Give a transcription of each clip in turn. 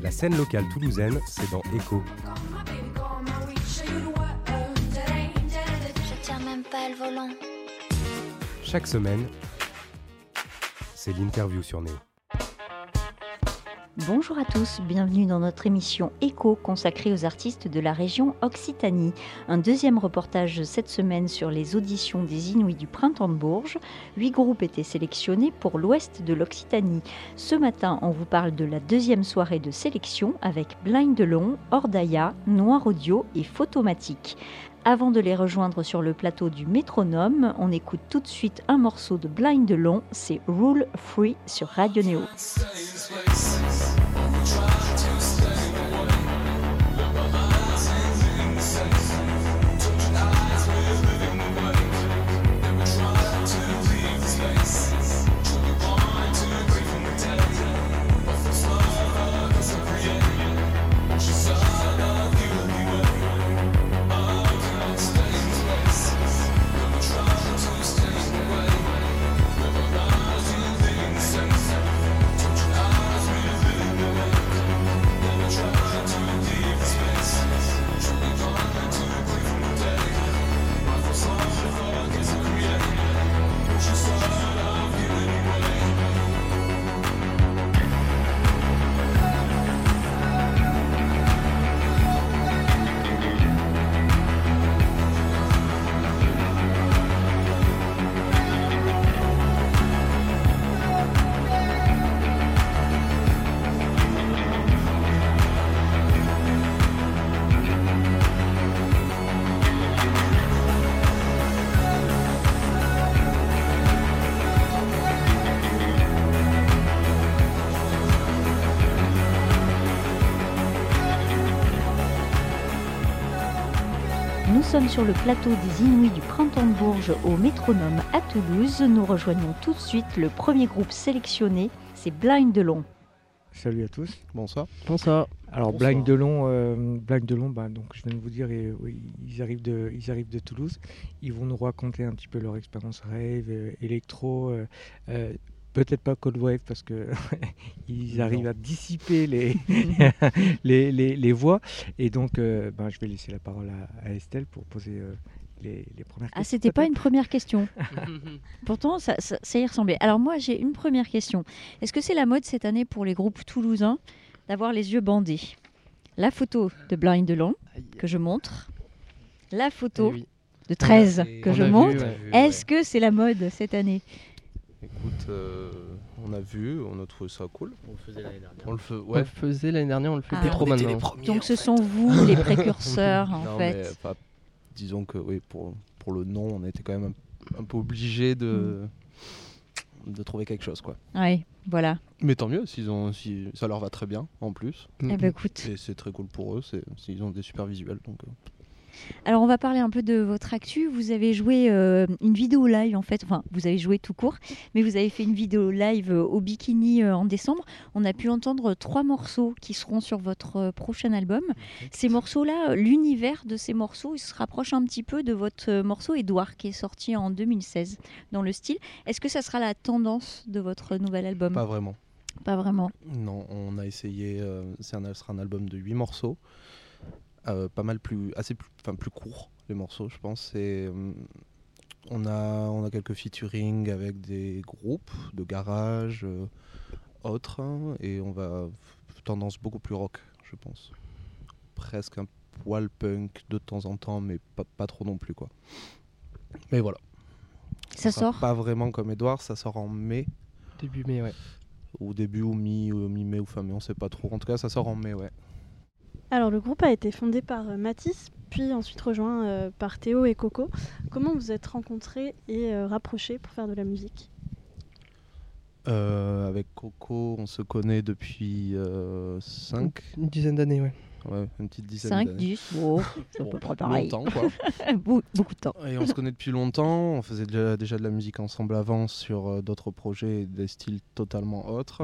La scène locale toulousaine, c'est dans Echo. Je tiens même pas le volant. Chaque semaine, c'est l'interview sur Néo. Bonjour à tous, bienvenue dans notre émission Écho consacrée aux artistes de la région Occitanie. Un deuxième reportage cette semaine sur les auditions des Inouïs du Printemps de Bourges. 8 groupes étaient sélectionnés pour l'ouest de l'Occitanie. Ce matin, on vous parle de la deuxième soirée de sélection avec Blind Delon, Ordaya, Noir Audio et Photomatique. Avant de les rejoindre sur le plateau du Métronome, on écoute tout de suite un morceau de Blind Delon, c'est Rule Free sur Radio Néo. Nous sommes sur le plateau des Inouïs du Printemps de Bourges au Métronome à Toulouse. Nous rejoignons tout de suite le premier groupe sélectionné, c'est Blind Delon. Salut à tous. Bonsoir. Bonsoir. Alors Bonsoir. Blind Delon, donc je viens de vous dire, oui, ils arrivent de Toulouse. Ils vont nous raconter un petit peu leur expérience rave, électro. Peut-être pas Cold Wave parce que ils arrivent à dissiper les voix. Et donc, je vais laisser la parole à Estelle pour poser les premières questions. Ah, c'était pas une première question. Pourtant, ça y ressemblait. Alors moi, j'ai une première question. Est-ce que c'est la mode cette année pour les groupes toulousains d'avoir les yeux bandés ? La photo de Blind Delon que je montre. La photo de 13 que je montre. Est-ce que c'est la mode cette année ? Écoute, on a vu, on a trouvé ça cool. On le faisait l'année dernière. On le faisait l'année dernière, on le fait Ah. plus trop On était maintenant. les premiers, Donc en ce fait. sont vous les précurseurs en Non, fait. mais, disons que oui, pour le nom, on était quand même un peu obligé de trouver quelque chose, quoi. Oui, voilà. Mais tant mieux, si ça leur va très bien en plus. Eh ben écoute. Et c'est très cool pour eux, ils ont des super visuels. Donc, Alors on va parler un peu de votre actu. Vous avez joué une vidéo live en fait, enfin vous avez joué tout court, mais vous avez fait une vidéo live au Bikini en décembre. On a pu entendre 3 morceaux qui seront sur votre prochain album. Ces morceaux-là, l'univers de ces morceaux, il se rapproche un petit peu de votre morceau Édouard qui est sorti en 2016 dans le style. Est-ce que ça sera la tendance de votre nouvel album ? pas vraiment. Pas vraiment. Non, on a essayé, ce sera un album de 8 morceaux. Pas mal plus court les morceaux, je pense. Et on a quelques featuring avec des groupes de garage, autres, et on va tendance beaucoup plus rock, je pense. Presque un poil punk de temps en temps, mais pas trop non plus, quoi. Mais voilà. Ça sera sort ? Pas vraiment comme Edouard, ça sort en mai. Début mai, ouais. Ou début ou mi-mai ou fin mai, on sait pas trop. En tout cas, ça sort en mai, ouais. Alors le groupe a été fondé par Mathis, puis ensuite rejoint par Théo et Coco. Comment vous êtes rencontrés et rapprochés pour faire de la musique ? Avec Coco, on se connaît depuis 5, Une dizaine d'années, ouais. une petite dizaine 5, d'années. 10, oh, c'est à peu près pareil. Longtemps, quoi. Beaucoup de temps. Et on se connaît depuis longtemps, on faisait déjà de la musique ensemble avant sur d'autres projets, des styles totalement autres.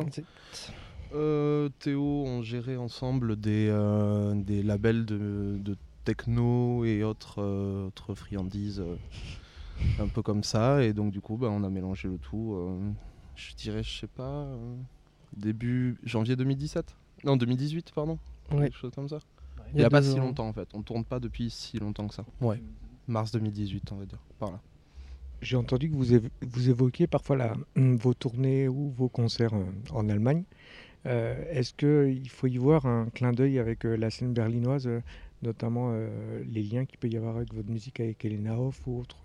Théo, on gérait ensemble des labels de techno et autres friandises, un peu comme ça. Et donc du coup, on a mélangé le tout, je dirais, début janvier 2017. Non, 2018, pardon. Ouais. Quelque chose comme ça. Il Il n'y a pas 2 si ans. longtemps en fait. On tourne pas depuis si longtemps que ça. Ouais. Mars 2018, on va dire. Par là. J'ai entendu que vous évoquiez parfois vos tournées ou vos concerts en Allemagne. Est-ce qu'il faut y voir un clin d'œil avec la scène berlinoise, notamment les liens qu'il peut y avoir avec votre musique avec Helena Hoff ou autre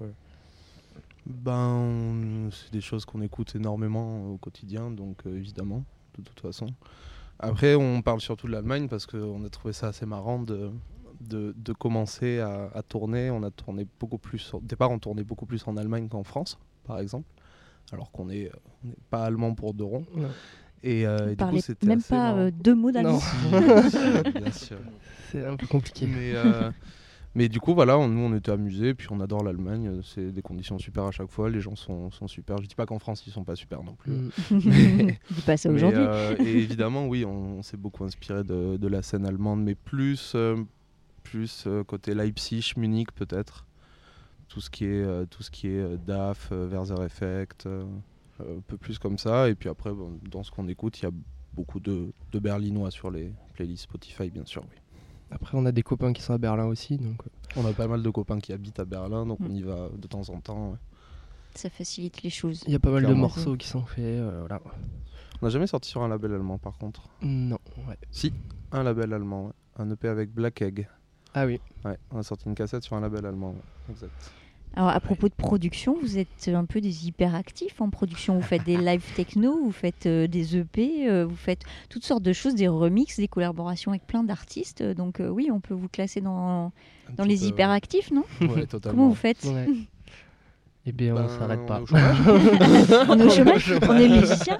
C'est des choses qu'on écoute énormément au quotidien, donc évidemment, de toute façon. Après, on parle surtout de l'Allemagne parce qu'on a trouvé ça assez marrant de commencer à tourner. On a tourné beaucoup plus. Au départ, on tournait beaucoup plus en Allemagne qu'en France, par exemple, alors qu'on n'est pas allemand pour deux ronds. Ouais. Et Vous du coup, parlez c'était même assez pas marrant. 2 mots d'allemand. Non, Bien sûr. c'est un peu compliqué. Mais du coup, voilà, nous on était amusés, puis on adore l'Allemagne. C'est des conditions super à chaque fois. Les gens sont super. Je dis pas qu'en France ils sont pas super non plus. Dis pas ça aujourd'hui. Et évidemment, oui, on s'est beaucoup inspiré de la scène allemande, mais plus côté Leipzig, Munich peut-être. Tout ce qui est DAF, Werther Effect, un peu plus comme ça. Et puis après, dans ce qu'on écoute, il y a beaucoup de berlinois sur les playlists Spotify, bien sûr. Oui. Après, on a des copains qui sont à Berlin aussi, donc On a pas mal de copains qui habitent à Berlin, donc on y va de temps en temps. Ouais. Ça facilite les choses. il y a pas mal de Clairement. morceaux qui sont faits. Voilà. On n'a jamais sorti sur un label allemand, par contre. Non, ouais. Si, un label allemand, ouais. Un EP avec Black Egg. Ah oui. Ouais, on a sorti une cassette sur un label allemand. Ouais. Exact. Alors à propos de production, vous êtes un peu des hyperactifs en production. Vous faites des live techno, vous faites des EP, vous faites toutes sortes de choses, des remixes, des collaborations avec plein d'artistes. Donc oui, on peut vous classer dans les hyperactifs, non? Ouais, totalement. Comment vous faites? Ouais. Eh bien, on Ben, s'arrête on pas. est au chômage. On est au chômage, on est musicien.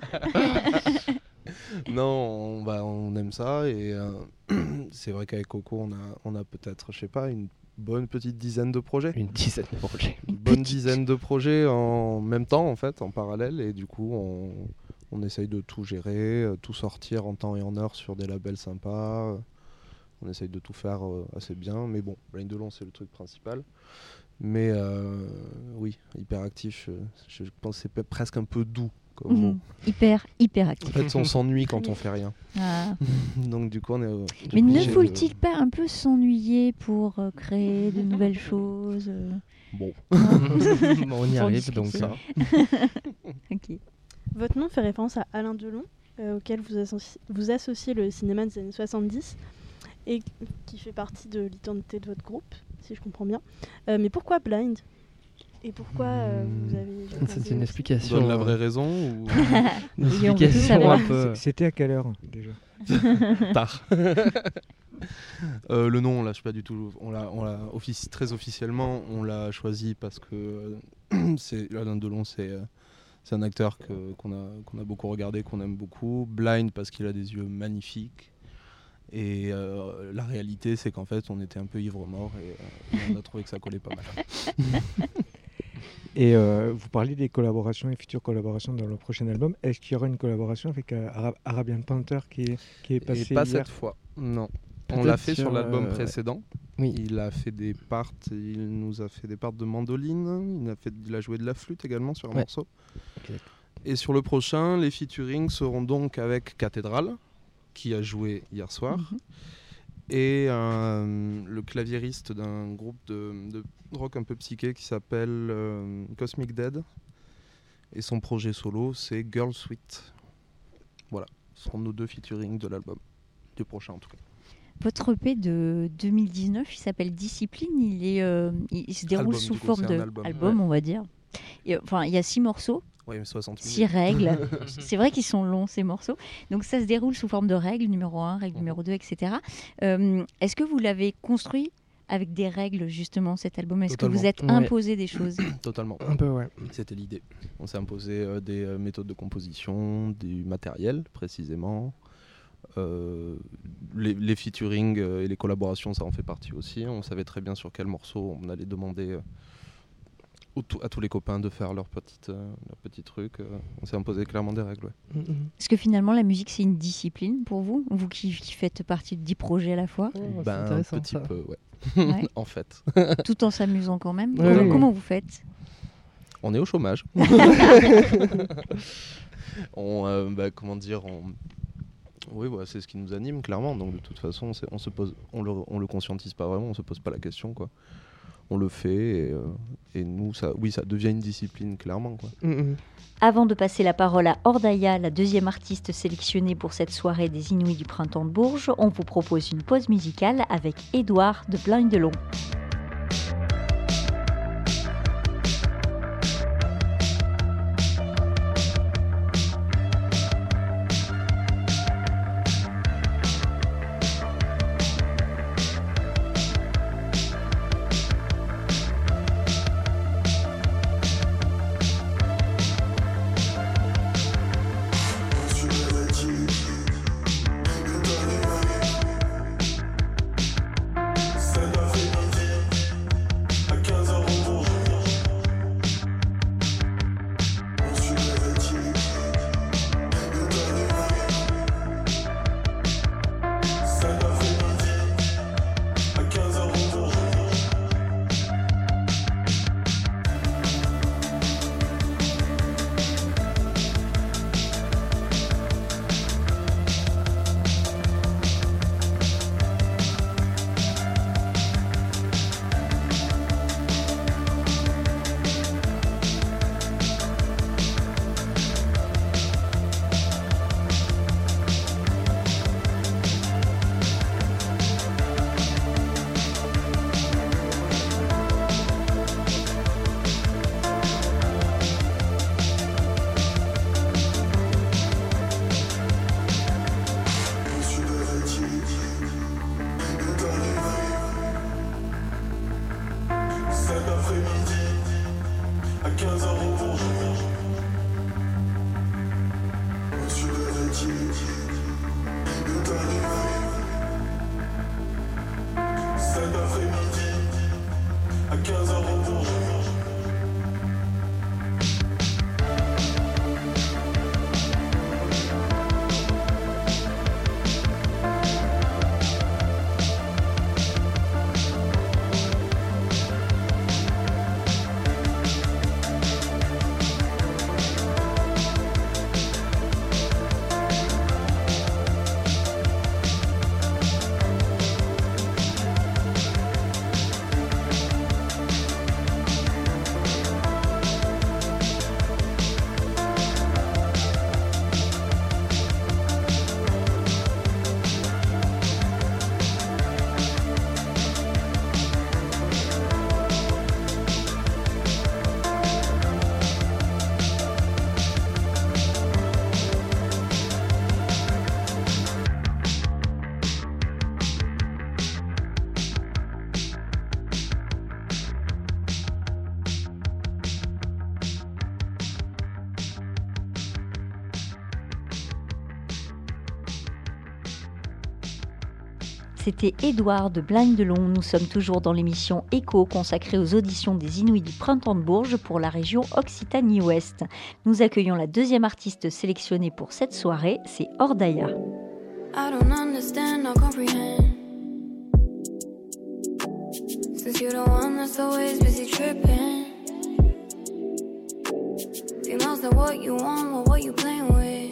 Non, on aime ça et c'est vrai qu'avec Coco, on a peut-être, je sais pas, une bonne petite dizaine de projets. Une dizaine de projets. Une bonne dizaine de projets en même temps, en fait, en parallèle. Et du coup, on essaye de tout gérer, tout sortir en temps et en heure sur des labels sympas. On essaye de tout faire assez bien. Mais bon, Blind Delon, c'est le truc principal. Mais oui, hyperactif, je pense que c'est presque un peu doux comme mot. Hyperactif. En fait, on s'ennuie quand on fait rien. Ah. Donc du coup, on est Mais ne obligé faut-il pas un peu s'ennuyer pour créer de nouvelles choses Bon. Bon, on y Pour arrive, discuter. donc ça. Ok. Votre nom fait référence à Alain Delon, auquel vous associez le cinéma des années 70 et qui fait partie de l'identité de votre groupe, si je comprends bien. Mais pourquoi Blind? Et pourquoi vous avez... C'est une On explication. donne la vraie raison ou Une Oui, on veut tout explication savoir. un peu. C'était à quelle heure déjà? tard. Le nom, on lâche pas du tout. Très officiellement, on l'a choisi parce que c'est Alain Delon, c'est un acteur qu'on a beaucoup regardé, qu'on aime beaucoup. Blind parce qu'il a des yeux magnifiques. Et la réalité, c'est qu'en fait, on était un peu ivre-mort et on a trouvé que ça collait pas mal. Et vous parliez des collaborations et futures collaborations dans le prochain album. Est-ce qu'il y aura une collaboration avec Arabian Panther qui est passé Et pas hier cette fois, non. On Peut-être l'a fait sur sur, l'album ouais. précédent. Oui. Il nous a fait des parts de mandoline. Il a joué de la flûte également sur un Ouais. morceau. Exact. Et sur le prochain, les featuring seront donc avec Cathédrale, qui a joué hier soir, et le claviériste d'un groupe de rock un peu psyché qui s'appelle Cosmic Dead. Et son projet solo, c'est Girl Sweet. Voilà, ce seront nos 2 featuring de l'album, du prochain en tout cas. Votre EP de 2019, il s'appelle Discipline. Il se déroule Album, sous du coup, forme c'est un de album, on va dire. Et, enfin, il y a 6 morceaux, Oui, mais 60 6 minutes. règles. C'est vrai qu'ils sont longs, ces morceaux. Donc ça se déroule sous forme de règles, numéro 1, règle Mhm. numéro 2, etc. Est-ce que vous l'avez construit avec des règles, justement, cet album? Est-ce que vous êtes Ouais. imposé des choses? Totalement. Un peu, ouais. C'était l'idée. On s'est imposé des méthodes de composition, du matériel précisément. Les featuring et les collaborations, ça en fait partie aussi. On savait très bien sur quel morceau on allait demander à tous les copains de faire leur petit truc. On s'est imposé clairement des règles. Ouais. Est-ce que finalement, la musique, c'est une discipline pour vous? Vous qui faites partie de 10 projets à la fois, Oh, c'est Ben, un intéressant, petit ça. peu, ouais. Ouais. En fait. tout en s'amusant quand même. Ouais, oui. Comment vous faites? On est au chômage. comment dire, Oui, voilà, c'est ce qui nous anime clairement. Donc de toute façon, on le conscientise pas vraiment, on se pose pas la question, quoi. On le fait et nous, ça devient une discipline clairement, quoi. Avant de passer la parole à Ordaya, la deuxième artiste sélectionnée pour cette soirée des Inouïs du Printemps de Bourges, on vous propose une pause musicale avec Édouard de Blaindelon. C'était Édouard de Blaindelon. Nous sommes toujours dans l'émission Écho consacrée aux auditions des Inouïs du Printemps de Bourges pour la région Occitanie-Ouest. Nous accueillons la deuxième artiste sélectionnée pour cette soirée, c'est Ordaya. I don't understand or comprehend. Since you're the one that's always busy tripping. Females are what you want or what you playing with.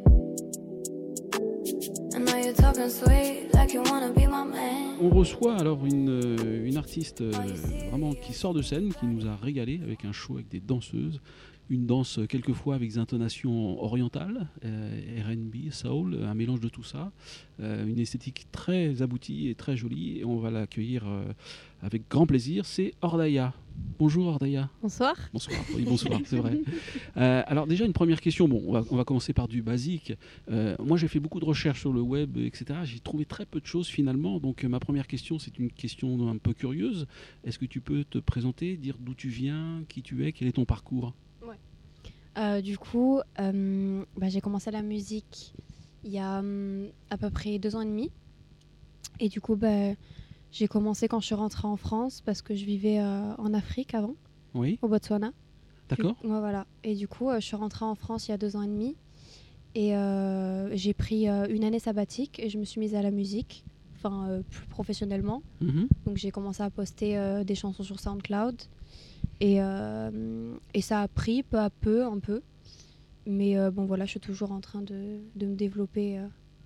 And now you're talking sweet like you wanna be my man. On reçoit alors une artiste vraiment qui sort de scène, qui nous a régalé avec un show avec des danseuses. Une danse quelquefois avec des intonations orientales, R&B, soul, un mélange de tout ça, une esthétique très aboutie et très jolie, et on va l'accueillir avec grand plaisir, c'est Ordaya. Bonjour Ordaya. Bonsoir. Bonsoir, oui bonsoir, c'est vrai. Alors déjà une première question, bon, on va commencer par du basique. Moi j'ai fait beaucoup de recherches sur le web, etc. J'ai trouvé très peu de choses finalement, donc ma première question c'est une question un peu curieuse. Est-ce que tu peux te présenter, dire d'où tu viens, qui tu es, quel est ton parcours ? Du coup, j'ai commencé la musique il y a à peu près 2 ans et demi. Et du coup, j'ai commencé quand je suis rentrée en France parce que je vivais en Afrique avant, oui. Au Botswana. D'accord. Voilà. Et du coup, je suis rentrée en France il y a 2 ans et demi. Et j'ai pris une année sabbatique et je me suis mise à la musique, plus professionnellement. Mm-hmm. Donc j'ai commencé à poster des chansons sur SoundCloud. Et ça a pris peu à peu, un peu. Mais voilà, je suis toujours en train de me développer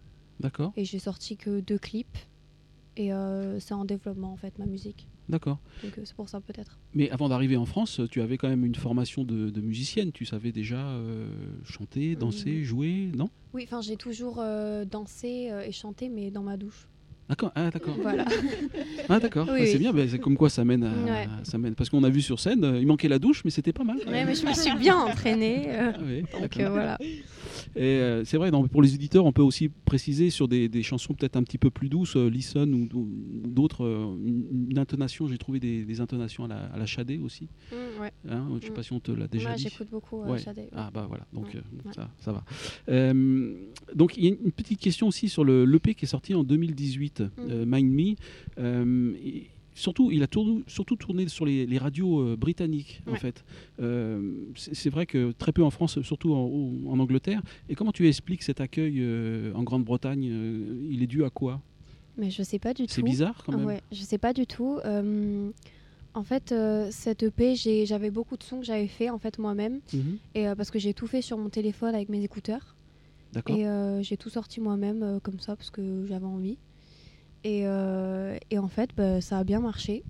D'accord, Et j'ai sorti que 2 clips. Et c'est en développement en fait ma musique. d'accord. Donc c'est pour ça peut-être. Mais avant d'arriver en France, tu avais quand même une formation de musicienne. Tu savais déjà chanter, danser, jouer, non? Oui, enfin j'ai toujours dansé et chanté, mais dans ma douche. D'accord. Ah, d'accord. Voilà. Ah, d'accord. Oui, Ah, c'est oui. bien. C'est comme quoi ça mène, Ouais. ça mène. Parce qu'on a vu sur scène, il manquait la douche, mais c'était pas mal. Ouais, mais je me suis bien entraînée. Ah oui, Donc d'accord. voilà. Et c'est vrai, pour les auditeurs, on peut aussi préciser sur des chansons peut-être un petit peu plus douces, Listen ou d'autres, une intonation. J'ai trouvé des intonations à la Shadé aussi. Ouais. Hein, je ne sais pas si on te l'a déjà Moi dit. j'écoute beaucoup Ouais. Shadé. Ah bah voilà, donc Ouais. Ouais. ça va. Donc il y a une petite question aussi sur l'EP qui est sorti en 2018, Mind Me. Et surtout, il a surtout tourné sur les radios britanniques en Ouais. fait. C'est vrai que très peu en France, surtout en Angleterre. Et comment tu expliques cet accueil en Grande-Bretagne Il est dû à quoi? Mais je sais pas du tout. C'est bizarre quand même. Ouais, je sais pas du tout. En fait, cette EP, j'avais beaucoup de sons que j'avais fait en fait moi-même, Mhm. et parce que j'ai tout fait sur mon téléphone avec mes écouteurs, D'accord. et j'ai tout sorti moi-même comme ça parce que j'avais envie. Et en fait, ça a bien marché.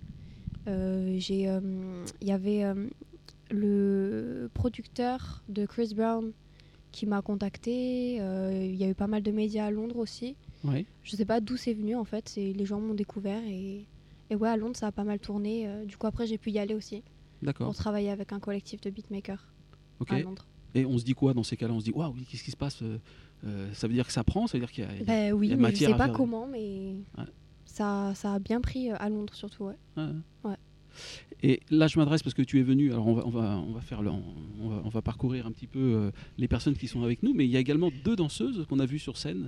Il y avait le producteur de Chris Brown qui m'a contacté. Il y a eu pas mal de médias à Londres aussi. Ouais. Je sais pas d'où c'est venu en fait. Les gens m'ont découvert et ouais, à Londres ça a pas mal tourné. Du coup après j'ai pu y aller aussi D'accord. pour travailler avec un collectif de beatmakers Ok. à Londres. Et on se dit quoi dans ces cas-là? On se dit waouh, qu'est-ce qui se passe? Ça veut dire que ça prend? Ça veut dire qu'il y a, Ben oui, il y a mais je matière sais à pas faire. comment, mais Ouais. ça a bien pris à Londres surtout, ouais. Ouais. Et là, je m'adresse parce que tu es venu. Alors, on va faire on va parcourir un petit peu les personnes qui sont avec nous, mais il y a également 2 danseuses qu'on a vues sur scène.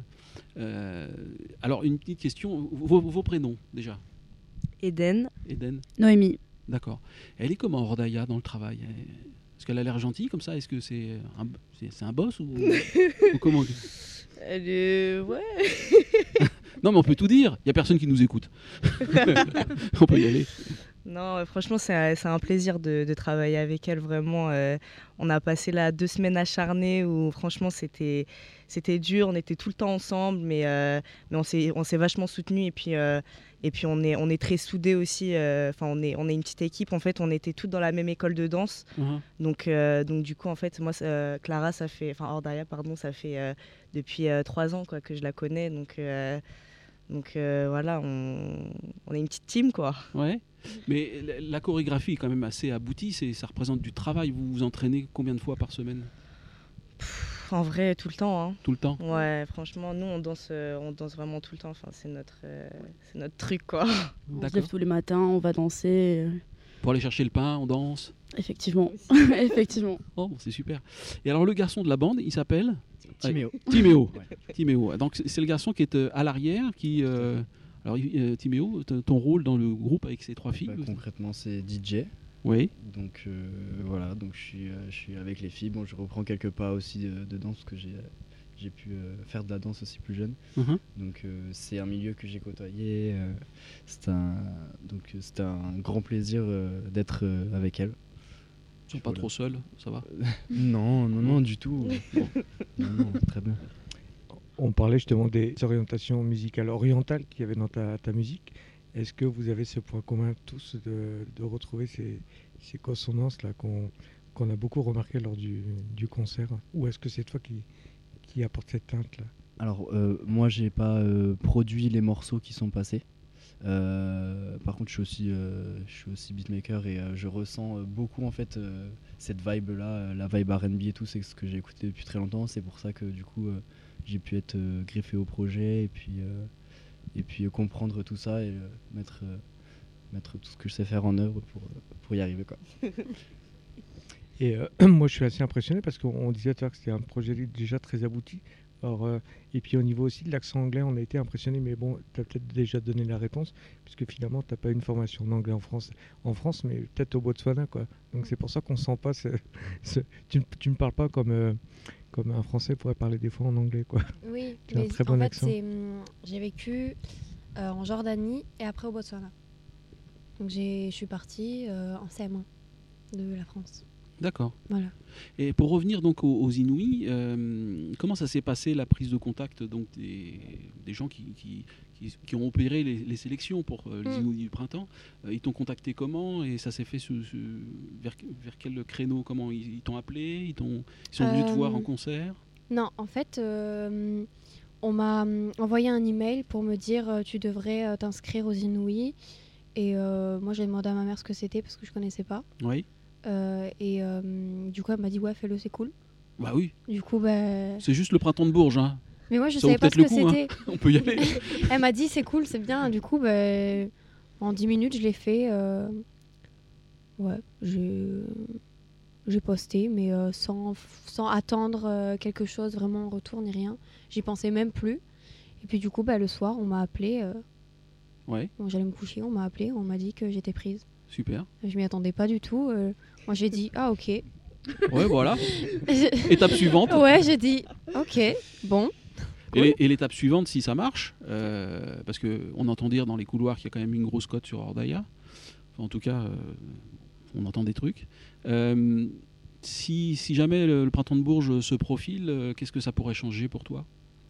Alors, une petite question. Vos prénoms déjà. Eden, Eden. Noémie. D'accord. Elle est comment Rodaya dans le travail? Est-ce qu'elle a l'air gentille comme ça? Est-ce que c'est un boss ou comment? Elle est... Ouais. Non, mais on peut tout dire. Il y a personne qui nous écoute. On peut y aller. Non, franchement, c'est un plaisir de travailler avec elle, vraiment. On a passé là 2 semaines acharnées où, franchement, c'était dur. On était tout le temps ensemble, mais on s'est vachement soutenus. Et puis on est très soudés aussi. Enfin, on est une petite équipe. En fait, on était toutes dans la même école de danse. Donc du coup, en fait, moi, Clara, Ordaya, pardon, ça fait depuis 3 ans quoi, que je la connais. Donc voilà, on est une petite team, quoi. Ouais. Mais la chorégraphie est quand même assez aboutie. Ça représente du travail. Vous vous entraînez combien de fois par semaine? En vrai, tout le temps. Hein. Tout le temps? Ouais, franchement, nous, on danse vraiment tout le temps. Enfin, c'est notre truc, quoi. On se lève tous les matins, on va danser. Pour aller chercher le pain, on danse? Effectivement. Effectivement. Oh, c'est super. Et alors, le garçon de la bande, il s'appelle Timéo. Timéo. Ouais. Timéo. Donc, c'est le garçon qui est à l'arrière, qui... Alors, Timéo, ton rôle dans le groupe avec ces 3 filles? Concrètement, c'est DJ. Oui. Donc voilà, donc je suis avec les filles. Bon, je reprends quelques pas aussi de danse parce que j'ai pu faire de la danse aussi plus jeune. Donc c'est un milieu que j'ai côtoyé. C'était un grand plaisir d'être avec elles. Ils sont pas trop seuls, ça va? Non, du tout. Non, très bien. On parlait justement des orientations musicales orientales qu'il y avait dans ta musique. Est-ce que vous avez ce point commun tous de retrouver ces consonances-là qu'on a beaucoup remarqué lors du concert? Ou est-ce que c'est toi qui apporte cette teinte-là? Alors, moi, j'ai pas produit les morceaux qui sont passés. Par contre, je suis aussi beatmaker et je ressens beaucoup en fait cette vibe-là, la vibe R&B et tout. C'est ce que j'ai écouté depuis très longtemps. C'est pour ça que du coup, j'ai pu être greffé au projet et puis comprendre tout ça et mettre tout ce que je sais faire en œuvre pour y arriver, quoi. Et moi, je suis assez impressionné parce qu'on disait tout à l'heure que c'était un projet déjà très abouti. Alors, et puis au niveau aussi de l'accent anglais, on a été impressionné, mais bon, tu as peut-être déjà donné la réponse, puisque finalement, tu n'as pas une formation en anglais en France, mais peut-être au Botswana, quoi. Donc c'est pour ça qu'on ne sent pas tu ne parles pas comme un Français pourrait parler des fois en anglais, quoi. Oui, tu as un très bon accent. J'ai vécu en Jordanie et après au Botswana. Donc je suis partie en CM1 de la France. D'accord. Voilà. Et pour revenir donc aux Inuits, comment ça s'est passé la prise de contact donc des gens qui ont opéré les sélections pour les Inuits du printemps? Ils t'ont contacté comment et ça s'est fait vers quel créneau? Comment ils t'ont appelé? Ils sont venus te voir en concert? Non, en fait, on m'a envoyé un email pour me dire tu devrais t'inscrire aux Inuits. Et moi, j'ai demandé à ma mère ce que c'était parce que je connaissais pas. Oui. Du coup, elle m'a dit ouais, fais-le, c'est cool. Bah oui. Du coup, c'est juste le printemps de Bourges, hein. Mais moi, je ça savais pas ce que coup, c'était. Hein. On peut y aller. Elle m'a dit c'est cool, c'est bien. Du coup, en 10 minutes, je l'ai fait. Ouais, j'ai posté, mais sans attendre quelque chose vraiment en retour ni rien. J'y pensais même plus. Et puis du coup, le soir, on m'a appelé. Ouais. Bon, j'allais me coucher, on m'a appelé, on m'a dit que j'étais prise. Super. Je m'y attendais pas du tout. Moi, j'ai dit ah ok. Ouais, voilà. Étape suivante. Ouais, j'ai dit ok, bon. Cool. Et l'étape suivante, si ça marche, parce qu'on entend dire dans les couloirs qu'il y a quand même une grosse cote sur Ordaya. Enfin, en tout cas, on entend des trucs. Si jamais le printemps de Bourges se profile, qu'est-ce que ça pourrait changer pour toi?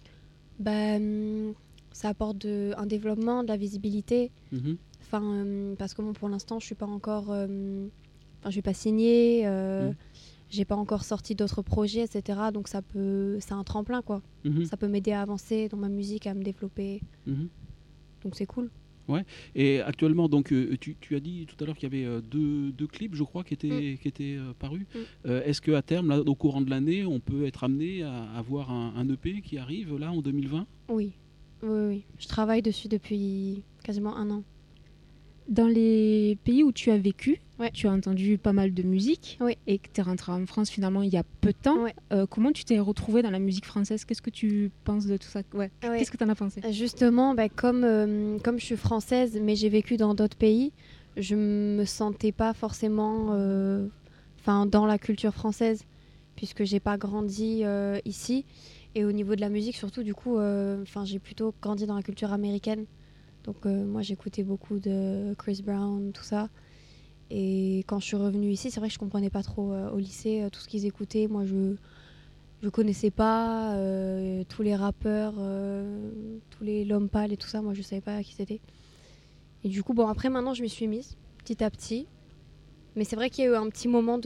Ça apporte un développement, de la visibilité. Mm-hmm. Enfin, parce que pour l'instant, je suis pas encore. Je vais pas signer. J'ai pas encore sorti d'autres projets, etc. Donc c'est un tremplin, quoi. Mm-hmm. Ça peut m'aider à avancer dans ma musique, à me développer. Mm-hmm. Donc c'est cool. Ouais. Et actuellement, donc tu as dit tout à l'heure qu'il y avait deux clips, je crois, qui étaient parus. Est-ce qu'à terme, là, au courant de l'année, on peut être amené à avoir un EP qui arrive là en 2020? Oui. Je travaille dessus depuis quasiment 1 an. Dans les pays où tu as vécu, ouais. Tu as entendu pas mal de musique, oui. Et que tu es rentrée en France finalement il y a peu de temps. Ouais. Comment tu t'es retrouvée dans la musique française? Qu'est-ce que tu penses de tout ça? Ouais. Qu'est-ce que tu en as pensé? Justement, comme je suis française, mais j'ai vécu dans d'autres pays, je me sentais pas forcément dans la culture française, puisque j'ai pas grandi ici. Et au niveau de la musique, surtout, du coup, j'ai plutôt grandi dans la culture américaine. Donc moi, j'écoutais beaucoup de Chris Brown, tout ça. Et quand je suis revenue ici, c'est vrai que je comprenais pas trop au lycée tout ce qu'ils écoutaient. Moi, je connaissais pas tous les rappeurs, tous les L'Homme Pâle et tout ça. Moi, je savais pas qui c'était. Et du coup, après, maintenant, je m'y suis mise petit à petit. Mais c'est vrai qu'il y a eu un petit moment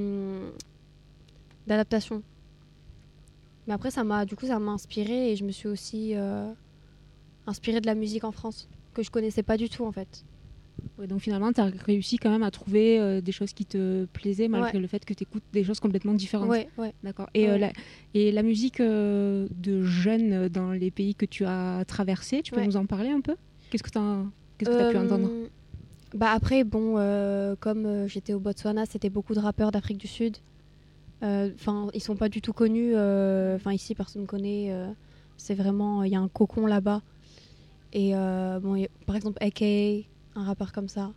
d'adaptation. Mais après, ça m'a inspirée et je me suis aussi inspirée de la musique en France, que je connaissais pas du tout en fait. Ouais, donc finalement, tu as réussi quand même à trouver des choses qui te plaisaient malgré le fait que tu écoutes des choses complètement différentes. Ouais. D'accord. Et la musique de jeunes dans les pays que tu as traversés, tu peux nous en parler un peu? Qu'est-ce que tu as pu entendre? Après, comme j'étais au Botswana, c'était beaucoup de rappeurs d'Afrique du Sud. Ils sont pas du tout connus. Ici, personne ne connaît. C'est vraiment, il y a un cocon là-bas. Et y a, par exemple, A.K.A., un rappeur comme ça.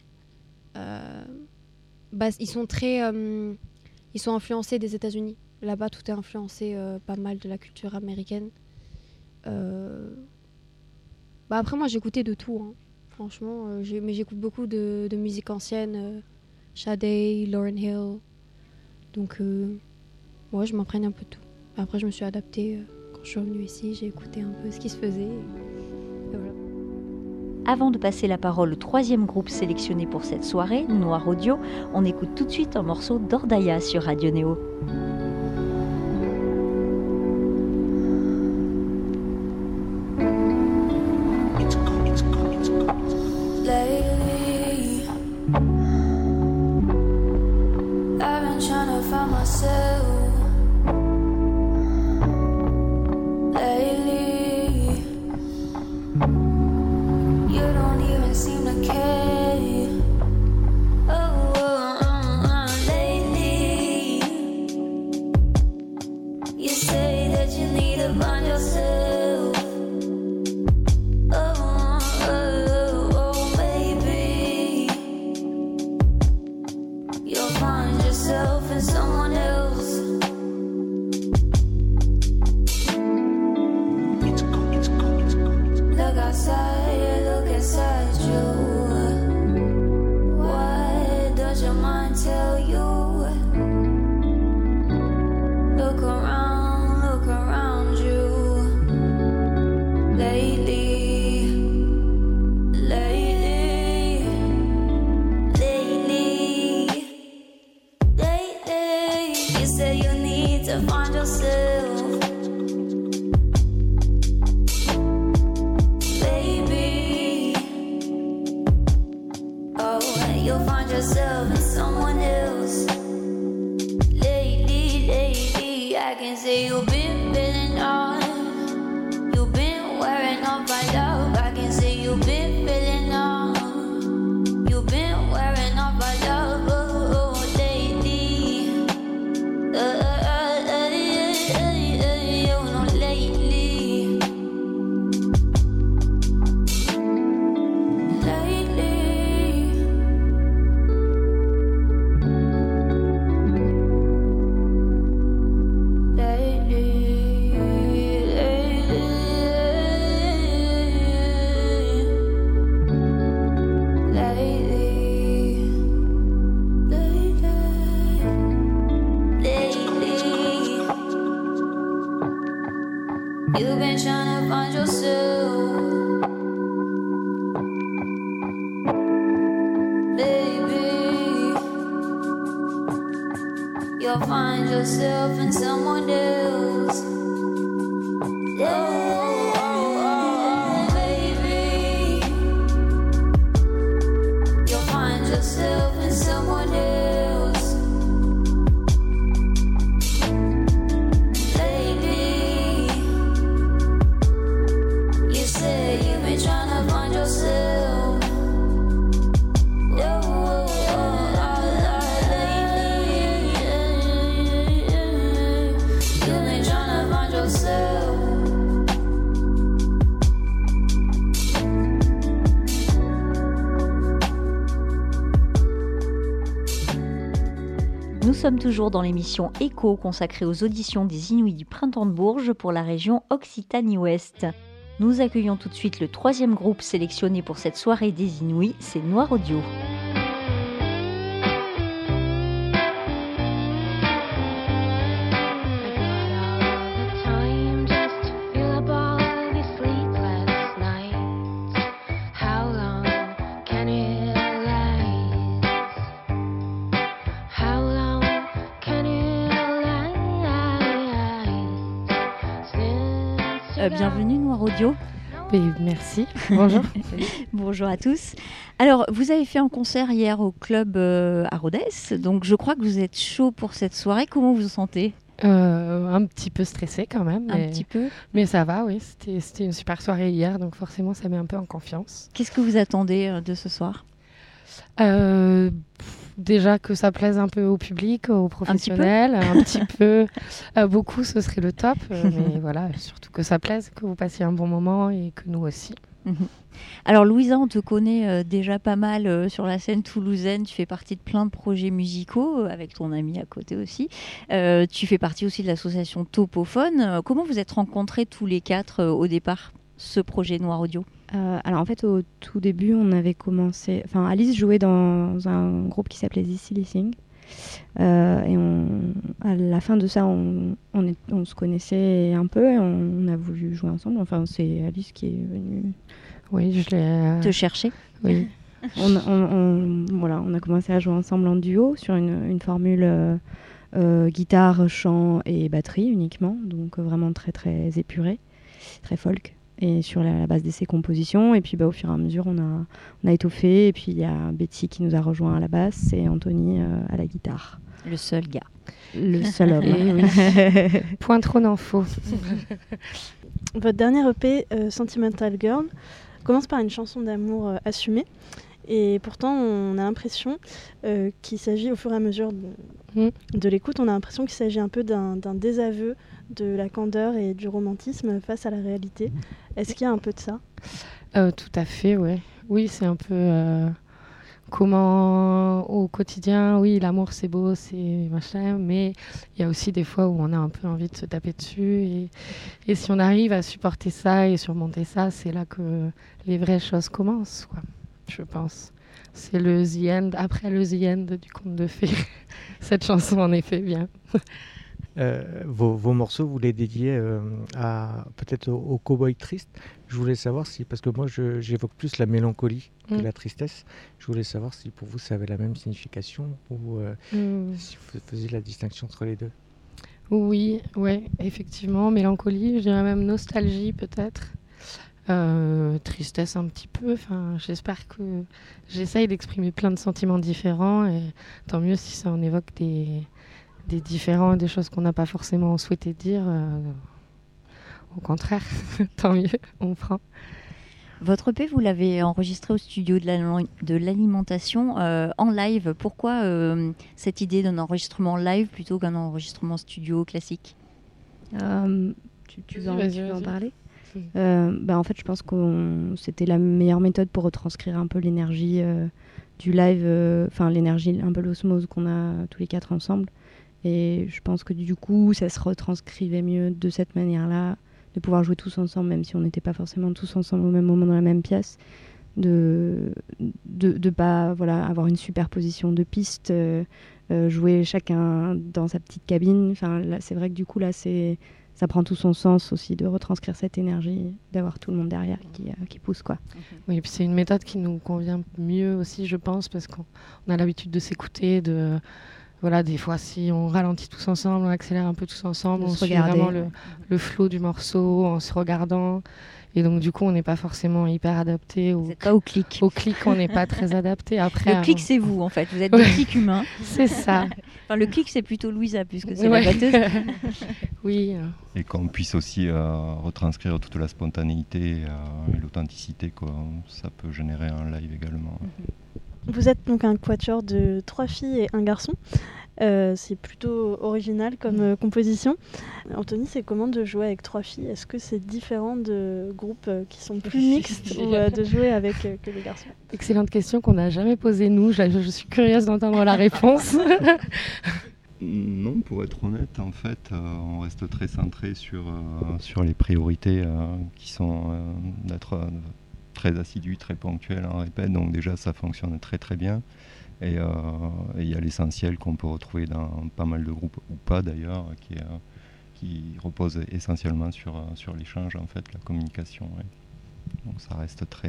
Ils sont très, ils sont influencés des États-Unis. Là-bas, tout est influencé pas mal de la culture américaine. Après, moi, j'écoutais de tout. Hein. Franchement, mais j'écoute beaucoup de musique ancienne. Sade, Lauryn Hill. Donc, je m'imprègne un peu de tout. Après, je me suis adaptée. Quand je suis revenue ici, j'ai écouté un peu ce qui se faisait. Et voilà. Avant de passer la parole au 3e groupe sélectionné pour cette soirée, Noir Audio, on écoute tout de suite un morceau d'Ordaya sur Radio Néo. find yourself in someone else. Oh, baby, you'll find yourself in someone else. Lately, you say you've been trying to find yourself. Nous sommes toujours dans l'émission Écho consacrée aux auditions des Inuits du Printemps de Bourges pour la région Occitanie-Ouest. Nous accueillons tout de suite le troisième groupe sélectionné pour cette soirée des Inuits, c'est Noir Audio. Bienvenue Noir Audio. Merci, bonjour. Bonjour à tous. Alors, vous avez fait un concert hier au club à Rodez, donc je crois que vous êtes chaud pour cette soirée. Comment vous vous sentez ? Un petit peu stressé quand même. Un petit peu. Mais ça va, oui. C'était une super soirée hier, donc forcément ça met un peu en confiance. Qu'est-ce que vous attendez de ce soir ? Déjà que ça plaise un peu au public, aux professionnels, un petit peu, beaucoup, ce serait le top. Mais voilà, surtout que ça plaise, que vous passiez un bon moment et que nous aussi. Alors Louisa, on te connaît déjà pas mal sur la scène toulousaine. Tu fais partie de plein de projets musicaux, avec ton ami à côté aussi. Tu fais partie aussi de l'association Topophone. Comment vous êtes rencontrés tous les quatre au départ, ce projet Noir Audio ? Alors en fait au tout début on avait commencé, enfin Alice jouait dans un groupe qui s'appelait The Silly Thing et à la fin de ça on se connaissait un peu et on a voulu jouer ensemble. Enfin c'est Alice qui est venue. Oui, je l'ai te chercher. Oui. on a commencé à jouer ensemble en duo sur une formule guitare, chant et batterie uniquement, donc vraiment très très épurée, très folk. Et sur la base de ses compositions, et puis au fur et à mesure on a étoffé, et puis il y a Betty qui nous a rejoint à la basse et Anthony à la guitare. Le seul gars. Le seul homme. Oui. Point trop d'infos. Votre dernier EP, Sentimental Girl, commence par une chanson d'amour assumée, et pourtant on a l'impression qu'il s'agit au fur et à mesure de l'écoute, on a l'impression qu'il s'agit un peu d'un désaveu de la candeur et du romantisme face à la réalité. Est-ce qu'il y a un peu de ça ? Tout à fait, ouais. Oui, c'est un peu comment au quotidien, oui, l'amour c'est beau, c'est machin, mais il y a aussi des fois où on a un peu envie de se taper dessus et si on arrive à supporter ça et surmonter ça, c'est là que les vraies choses commencent, quoi, je pense. C'est le The End, après le The End du conte de fées. Cette chanson en effet bien. Vos morceaux, vous les dédiez peut-être au cow-boy triste. Je voulais savoir si, parce que moi j'évoque plus la mélancolie que la tristesse, je voulais savoir si pour vous ça avait la même signification ou si vous faisiez la distinction entre les deux. Oui, ouais, effectivement, mélancolie, je dirais même nostalgie peut-être. Tristesse un petit peu, enfin, j'espère que j'essaye d'exprimer plein de sentiments différents et tant mieux si ça en évoque des différents, des choses qu'on n'a pas forcément souhaité dire. Au contraire, tant mieux, on prend. Votre EP, vous l'avez enregistré au studio de l'alimentation en live. Pourquoi cette idée d'un enregistrement live plutôt qu'un enregistrement studio classique ? Tu veux en parler ? En fait, je pense que c'était la meilleure méthode pour retranscrire un peu l'énergie du live, l'énergie, un peu l'osmose qu'on a tous les quatre ensemble. Et je pense que du coup, ça se retranscrivait mieux de cette manière-là, de pouvoir jouer tous ensemble, même si on n'était pas forcément tous ensemble au même moment dans la même pièce, de pas avoir une superposition de pistes, jouer chacun dans sa petite cabine. Enfin, là, c'est vrai que du coup, là, ça prend tout son sens aussi de retranscrire cette énergie, d'avoir tout le monde derrière qui pousse, quoi. Oui, et puis c'est une méthode qui nous convient mieux aussi, je pense, parce qu'on a l'habitude de s'écouter, voilà, des fois, si on ralentit tous ensemble, on accélère un peu tous ensemble, De on se suit regarder. vraiment le flow du morceau en se regardant. Et donc, du coup, on n'est pas forcément hyper adapté. Vous n'êtes pas au clic. Au clic, on n'est pas très adapté. Après, Le clic, c'est vous, en fait. Vous êtes des clics humains. C'est ça. Enfin, le clic, c'est plutôt Louisa, puisque c'est Ouais. la batteuse. Oui. Et qu'on puisse aussi retranscrire toute la spontanéité et l'authenticité que ça peut générer un live également. Vous êtes donc un quatuor de 3 filles et un garçon. C'est plutôt original comme composition. Anthony, c'est comment de jouer avec 3 filles? Est-ce que c'est différent de groupes qui sont plus mixtes ou de jouer avec que les garçons? Excellente question qu'on n'a jamais posée nous. Je suis curieuse d'entendre la réponse. Non, pour être honnête, en fait, on reste très centré sur les priorités qui sont d'être très assidus, très ponctuels en répète. Donc déjà, ça fonctionne très très bien. Et il y a l'essentiel qu'on peut retrouver dans pas mal de groupes, ou pas d'ailleurs, qui repose essentiellement sur l'échange, en fait, la communication. Ouais. Donc ça reste très,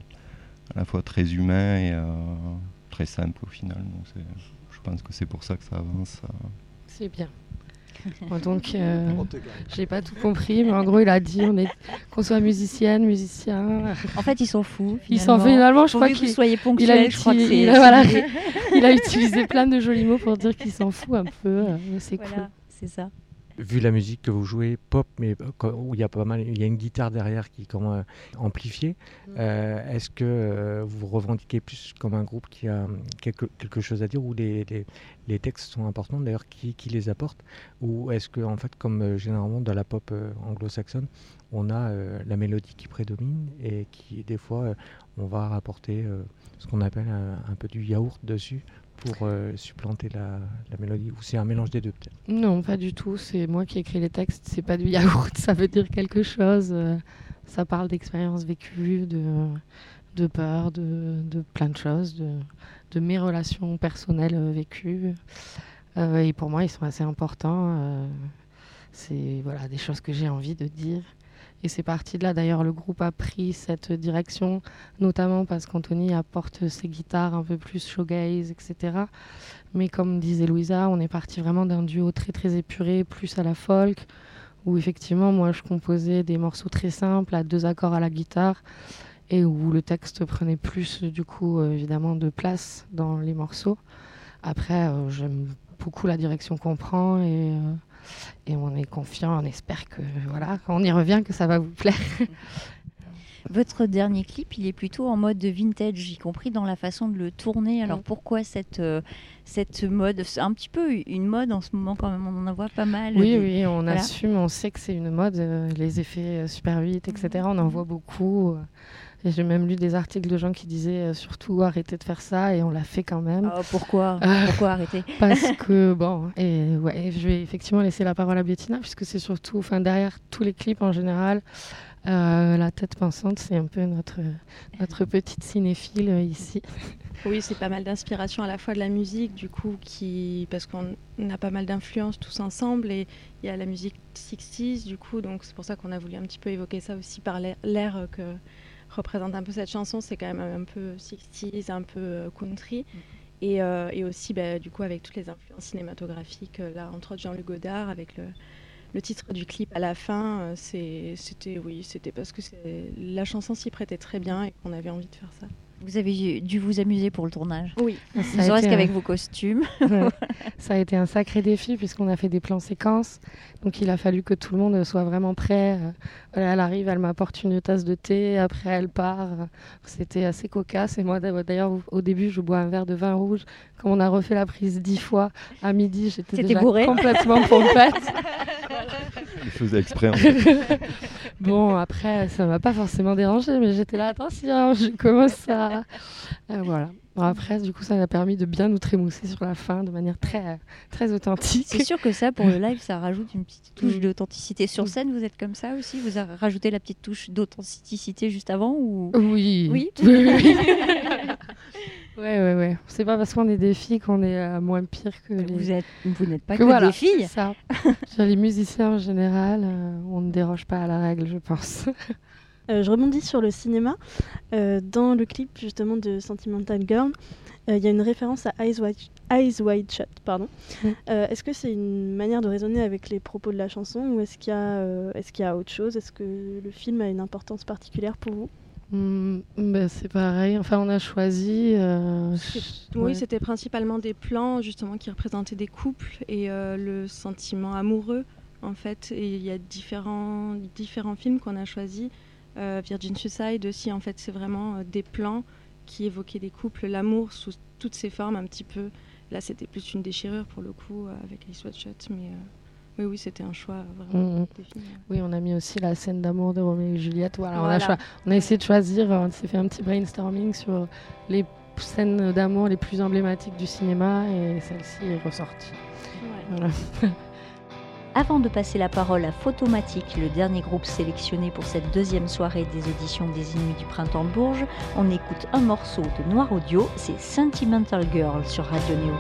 à la fois très humain et très simple au final. Donc je pense que c'est pour ça que ça avance. C'est bien. Bon, donc, j'ai pas tout compris, mais en gros, il a dit qu'on soit musicienne, musicien. En fait, il s'en fout. Il s'en fait finalement, je crois que vous soyez il ponctuel, je crois que c'est. il a utilisé plein de jolis mots pour dire qu'il s'en fout un peu. Mais c'est cool. C'est ça. Vu la musique que vous jouez, pop, mais où il y a pas mal, il y a une guitare derrière qui est comme amplifiée. Est-ce que vous revendiquez plus comme un groupe qui a quelque chose à dire, où les textes sont importants, d'ailleurs qui les apporte, ou est-ce que en fait, comme généralement dans la pop anglo-saxonne, on a la mélodie qui prédomine et qui des fois on va rapporter ce qu'on appelle un peu du yaourt dessus pour supplanter la mélodie, ou c'est un mélange des deux peut-être? Non, pas du tout, c'est moi qui écris les textes, c'est pas du yaourt, ça veut dire quelque chose, ça parle d'expériences vécues, de peur, de plein de choses, de mes relations personnelles vécues, et pour moi ils sont assez importants, c'est voilà, des choses que j'ai envie de dire. Et c'est parti de là. D'ailleurs, le groupe a pris cette direction, notamment parce qu'Anthony apporte ses guitares un peu plus shoegaze, etc. Mais comme disait Louisa, on est parti vraiment d'un duo très très épuré, plus à la folk, où effectivement, moi, je composais des morceaux très simples, à 2 accords à la guitare, et où le texte prenait plus, du coup, évidemment, de place dans les morceaux. Après, j'aime beaucoup la direction qu'on prend, et on est confiant, on espère que voilà, quand on y revient, que ça va vous plaire. Votre dernier clip, il est plutôt en mode vintage, y compris dans la façon de le tourner. Alors pourquoi cette mode? C'est un petit peu une mode en ce moment quand même, on en voit pas mal. Oui, on assume, on sait que c'est une mode, les effets Super 8, etc. On en voit beaucoup. Et j'ai même lu des articles de gens qui disaient surtout arrêtez de faire ça, et on l'a fait quand même. Pourquoi arrêter? Parce que bon, et ouais, je vais effectivement laisser la parole à Bettina, puisque c'est surtout, enfin derrière tous les clips en général, la tête pensante, c'est un peu notre petite cinéphile ici. Oui, c'est pas mal d'inspiration à la fois de la musique, du coup, parce qu'on a pas mal d'influences tous ensemble, et il y a la musique 60s, du coup, donc c'est pour ça qu'on a voulu un petit peu évoquer ça aussi par l'air que représente un peu cette chanson. C'est quand même un peu 60s, un peu country, et aussi du coup avec toutes les influences cinématographiques, là entre autres Jean-Luc Godard avec le titre du clip à la fin, c'était parce que la chanson s'y prêtait très bien et qu'on avait envie de faire ça. Vous avez dû vous amuser pour le tournage. Oui. Ne serait-ce qu'avec vos costumes. Ouais. Ça a été un sacré défi puisqu'on a fait des plans séquences. Donc il a fallu que tout le monde soit vraiment prêt. Elle arrive, elle m'apporte une tasse de thé, après elle part. C'était assez cocasse. Et moi d'ailleurs au début je bois un verre de vin rouge. Comme on a refait la prise 10 fois, à midi j'étais déjà bourré. Complètement pompette. Je faisais exprès en fait. Bon, après, ça m'a pas forcément dérangé, mais j'étais là, attention, je commence à... voilà. Bon, après, du coup, ça m'a permis de bien nous trémousser sur la fin de manière très, très authentique. C'est sûr que ça, pour le live, ça rajoute une petite touche d'authenticité. Sur scène, vous êtes comme ça aussi? Vous avez rajouté la petite touche d'authenticité juste avant ou... Oui. Oui. Ouais. C'est pas parce qu'on est des filles qu'on est moins pire que les... Vous n'êtes pas que des filles. Ça. Les musiciens en général, on ne déroge pas à la règle, je pense. Je rebondis sur le cinéma. Dans le clip justement de Sentimental Girl, il y a une référence à Eyes Wide Shut, pardon. Est-ce que c'est une manière de raisonner avec les propos de la chanson ou est-ce qu'il y a autre chose? Est-ce que le film a une importance particulière pour vous? C'est pareil. Enfin, on a choisi. Oui, c'était principalement des plans justement qui représentaient des couples et le sentiment amoureux en fait. Et il y a différents films qu'on a choisis. Virgin Suicide aussi, en fait, c'est vraiment des plans qui évoquaient des couples, l'amour sous toutes ses formes un petit peu. Là, c'était plus une déchirure pour le coup avec les sweatshots, mais oui, c'était un choix vraiment défini. Oui, on a mis aussi la scène d'amour de Roméo et Juliette. Voilà. On a essayé de choisir, on s'est fait un petit brainstorming sur les scènes d'amour les plus emblématiques du cinéma et celle-ci est ressortie. Ouais. Voilà. Avant de passer la parole à Photomatique, le dernier groupe sélectionné pour cette deuxième soirée des auditions des Inuits du Printemps de Bourges, on écoute un morceau de Noir Audio, c'est Sentimental Girl sur Radio Néo.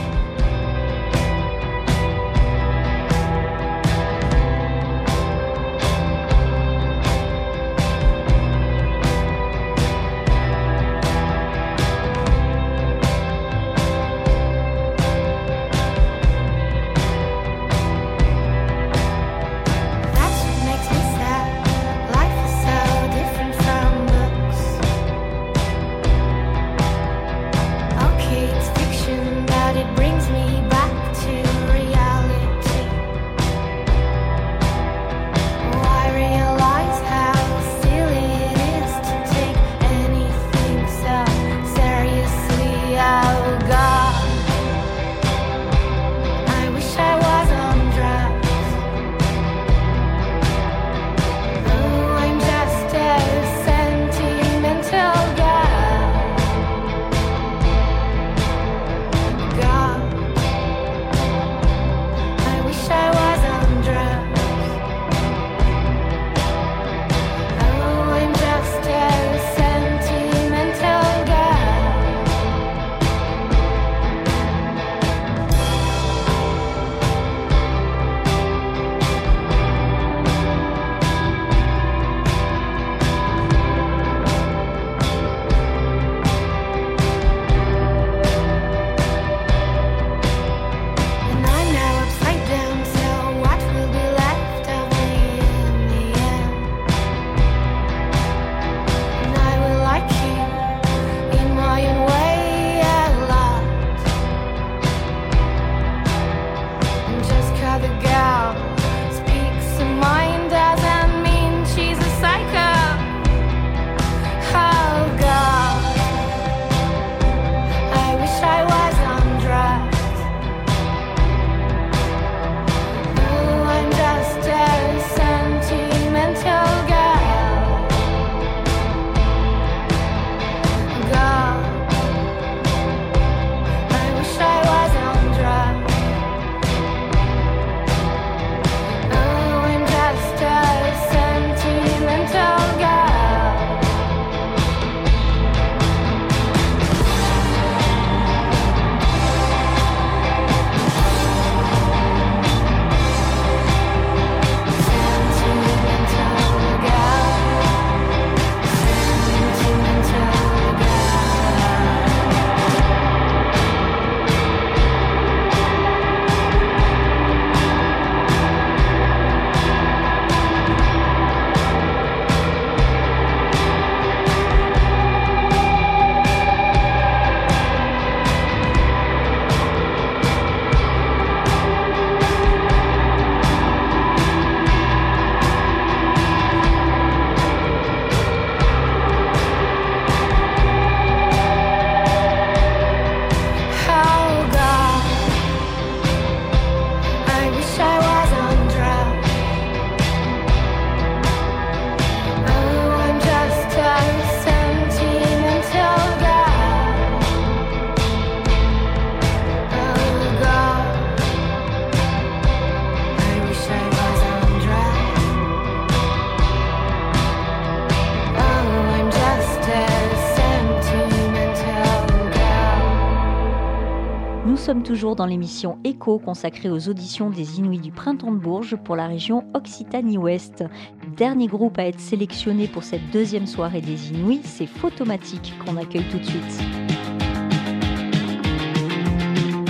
Nous sommes toujours dans l'émission Écho consacrée aux auditions des Inuits du Printemps de Bourges pour la région Occitanie-Ouest. Dernier groupe à être sélectionné pour cette deuxième soirée des Inuits, c'est Photomatique qu'on accueille tout de suite.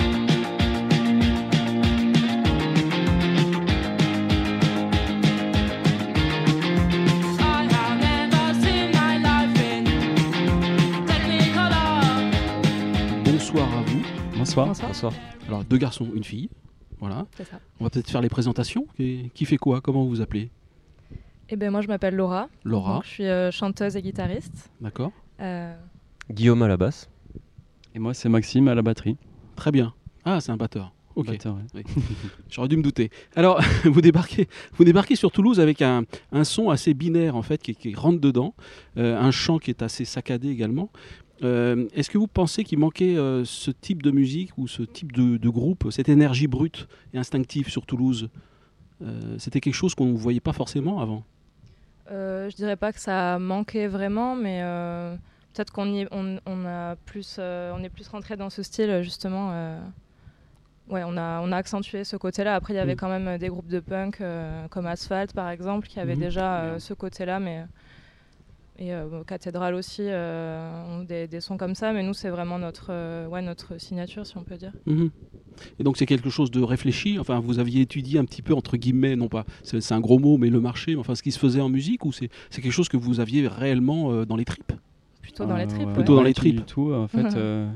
Bonsoir. Bonsoir. Alors, 2 garçons, 1 fille. Voilà. C'est ça. On va peut-être faire les présentations. Qui fait quoi? Comment vous vous appelez? Eh ben moi, je m'appelle Laura. Laura. Donc, je suis chanteuse et guitariste. D'accord. Guillaume à la basse. Et moi, c'est Maxime à la batterie. Très bien. Ah, c'est un batteur. Ok. Batteur, Oui. J'aurais dû me douter. Alors, vous débarquez sur Toulouse avec un son assez binaire en fait, qui rentre dedans, un chant qui est assez saccadé également. Est-ce que vous pensez qu'il manquait ce type de musique ou ce type de groupe, cette énergie brute et instinctive sur Toulouse? C'était quelque chose qu'on ne voyait pas forcément avant. Je dirais pas que ça manquait vraiment, mais peut-être qu'on est plus rentré dans ce style justement. Ouais, on a accentué ce côté-là. Après, il y avait quand même des groupes de punk comme Asphalt, par exemple, qui avaient déjà ce côté-là, et Cathédrale aussi ont des sons comme ça. Mais nous, c'est vraiment notre signature, si on peut dire. Et donc, c'est quelque chose de réfléchi. Enfin, vous aviez étudié un petit peu, entre guillemets, non pas, c'est un gros mot, mais le marché, enfin, ce qui se faisait en musique, ou c'est quelque chose que vous aviez réellement dans les tripes? Plutôt dans les tripes. Plutôt dans les tripes. Du tout. En fait,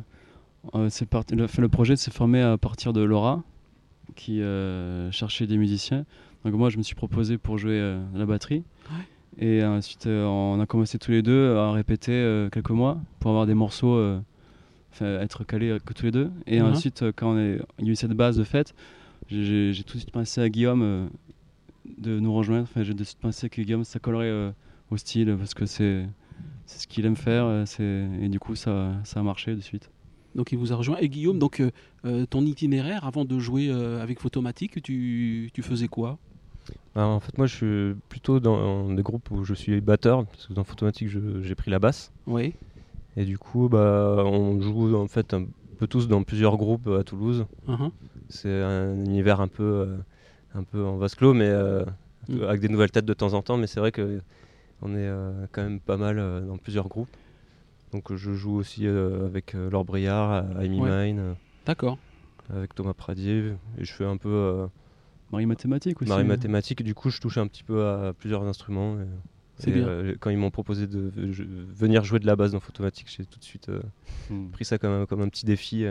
le projet s'est formé à partir de Laura, qui cherchait des musiciens. Donc moi, je me suis proposé pour jouer la batterie. Ouais. Et ensuite, on a commencé tous les deux à répéter quelques mois pour avoir des morceaux, être calés que tous les deux. Et ensuite, quand il y a eu cette base de fête, j'ai tout de suite pensé à Guillaume de nous rejoindre. Enfin, j'ai tout de suite pensé que Guillaume, ça collerait au style, parce que c'est ce qu'il aime faire. Et du coup, ça a marché de suite. Donc il vous a rejoint. Et Guillaume, donc ton itinéraire avant de jouer avec Photomatique, tu faisais quoi? Alors, en fait, moi je suis plutôt dans des groupes où je suis batteur, parce que dans Photomatique j'ai pris la basse. Oui. Et du coup, on joue en fait un peu tous dans plusieurs groupes à Toulouse. C'est un univers un peu en vase clos, mais avec des nouvelles têtes de temps en temps. Mais c'est vrai qu'on est quand même pas mal dans plusieurs groupes. Donc je joue aussi avec Laure Briard, Amy Mine. D'accord. Avec Thomas Pradier. Et je fais un peu... Marie Mathématique aussi. Marie Mathématique. Du coup, je touche un petit peu à plusieurs instruments. C'est bien. Quand ils m'ont proposé de venir jouer de la basse dans Photomatique, j'ai tout de suite pris ça comme un petit défi.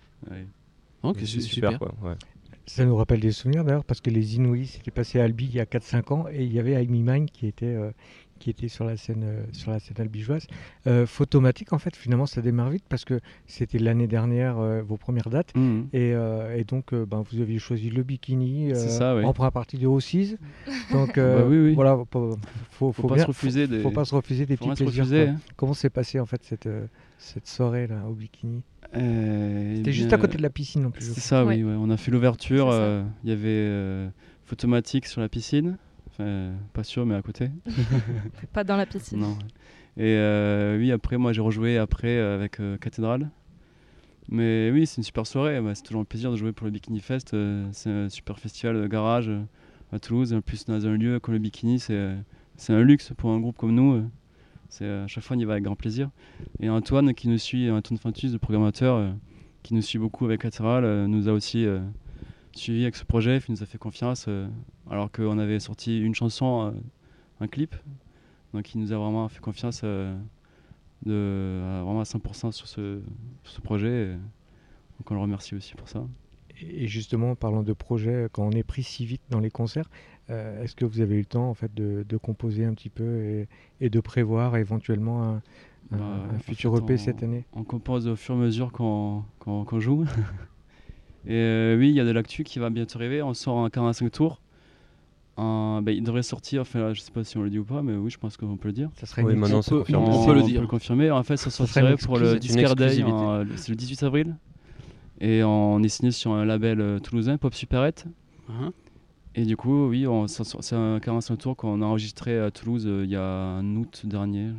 Ok, c'est super. Quoi. Ouais. Ça nous rappelle des souvenirs d'ailleurs, parce que les Inouïs c'était passé à Albi il y a 4-5 ans, et il y avait Amy Mine qui était sur la scène albigeoise. Photomatique, en fait, finalement, ça démarre vite, parce que c'était l'année dernière vos premières dates, et donc vous aviez choisi le bikini en première partie de O6. Donc oui. voilà, faut pas se refuser des petits plaisirs. Comment s'est passée en fait cette soirée là au bikini? C'était juste à côté de la piscine en plus. C'est ça, oui. On a fait l'ouverture. Il y avait Photomatique sur la piscine. Enfin, pas sûr, mais à côté. Pas dans la piscine. Non. Et oui, après, moi, j'ai rejoué avec Cathédrale. Mais oui, c'est une super soirée. C'est toujours un plaisir de jouer pour le Bikini Fest. C'est un super festival de garage à Toulouse. Et en plus, dans un lieu comme le Bikini, c'est un luxe pour un groupe comme nous. À chaque fois, on y va avec grand plaisir. Et Antoine Fantus, le programmateur, qui nous suit beaucoup avec Cathédrale, nous a aussi suivi avec ce projet. Il nous a fait confiance, alors qu'on avait sorti une chanson, un clip. Donc il nous a vraiment fait confiance vraiment à 100% sur ce projet. Donc on le remercie aussi pour ça. Et justement, parlant de projet, quand on est pris si vite dans les concerts, est-ce que vous avez eu le temps en fait, de composer un petit peu et de prévoir éventuellement un futur EP cette année? On compose au fur et à mesure qu'on joue. Et oui, il y a de l'actu qui va bientôt arriver. On sort un 45 tours. Il devrait sortir, enfin, je ne sais pas si on le dit ou pas, mais oui, je pense qu'on peut le dire. Ça serait maintenant, on peut le confirmer. En fait, ça sortirait pour le Discard Day, c'est le 18 avril. Et on est signé sur un label toulousain, Pop Superette. Et du coup, oui, c'est un 45 tours qu'on a enregistré à Toulouse il y a un août dernier.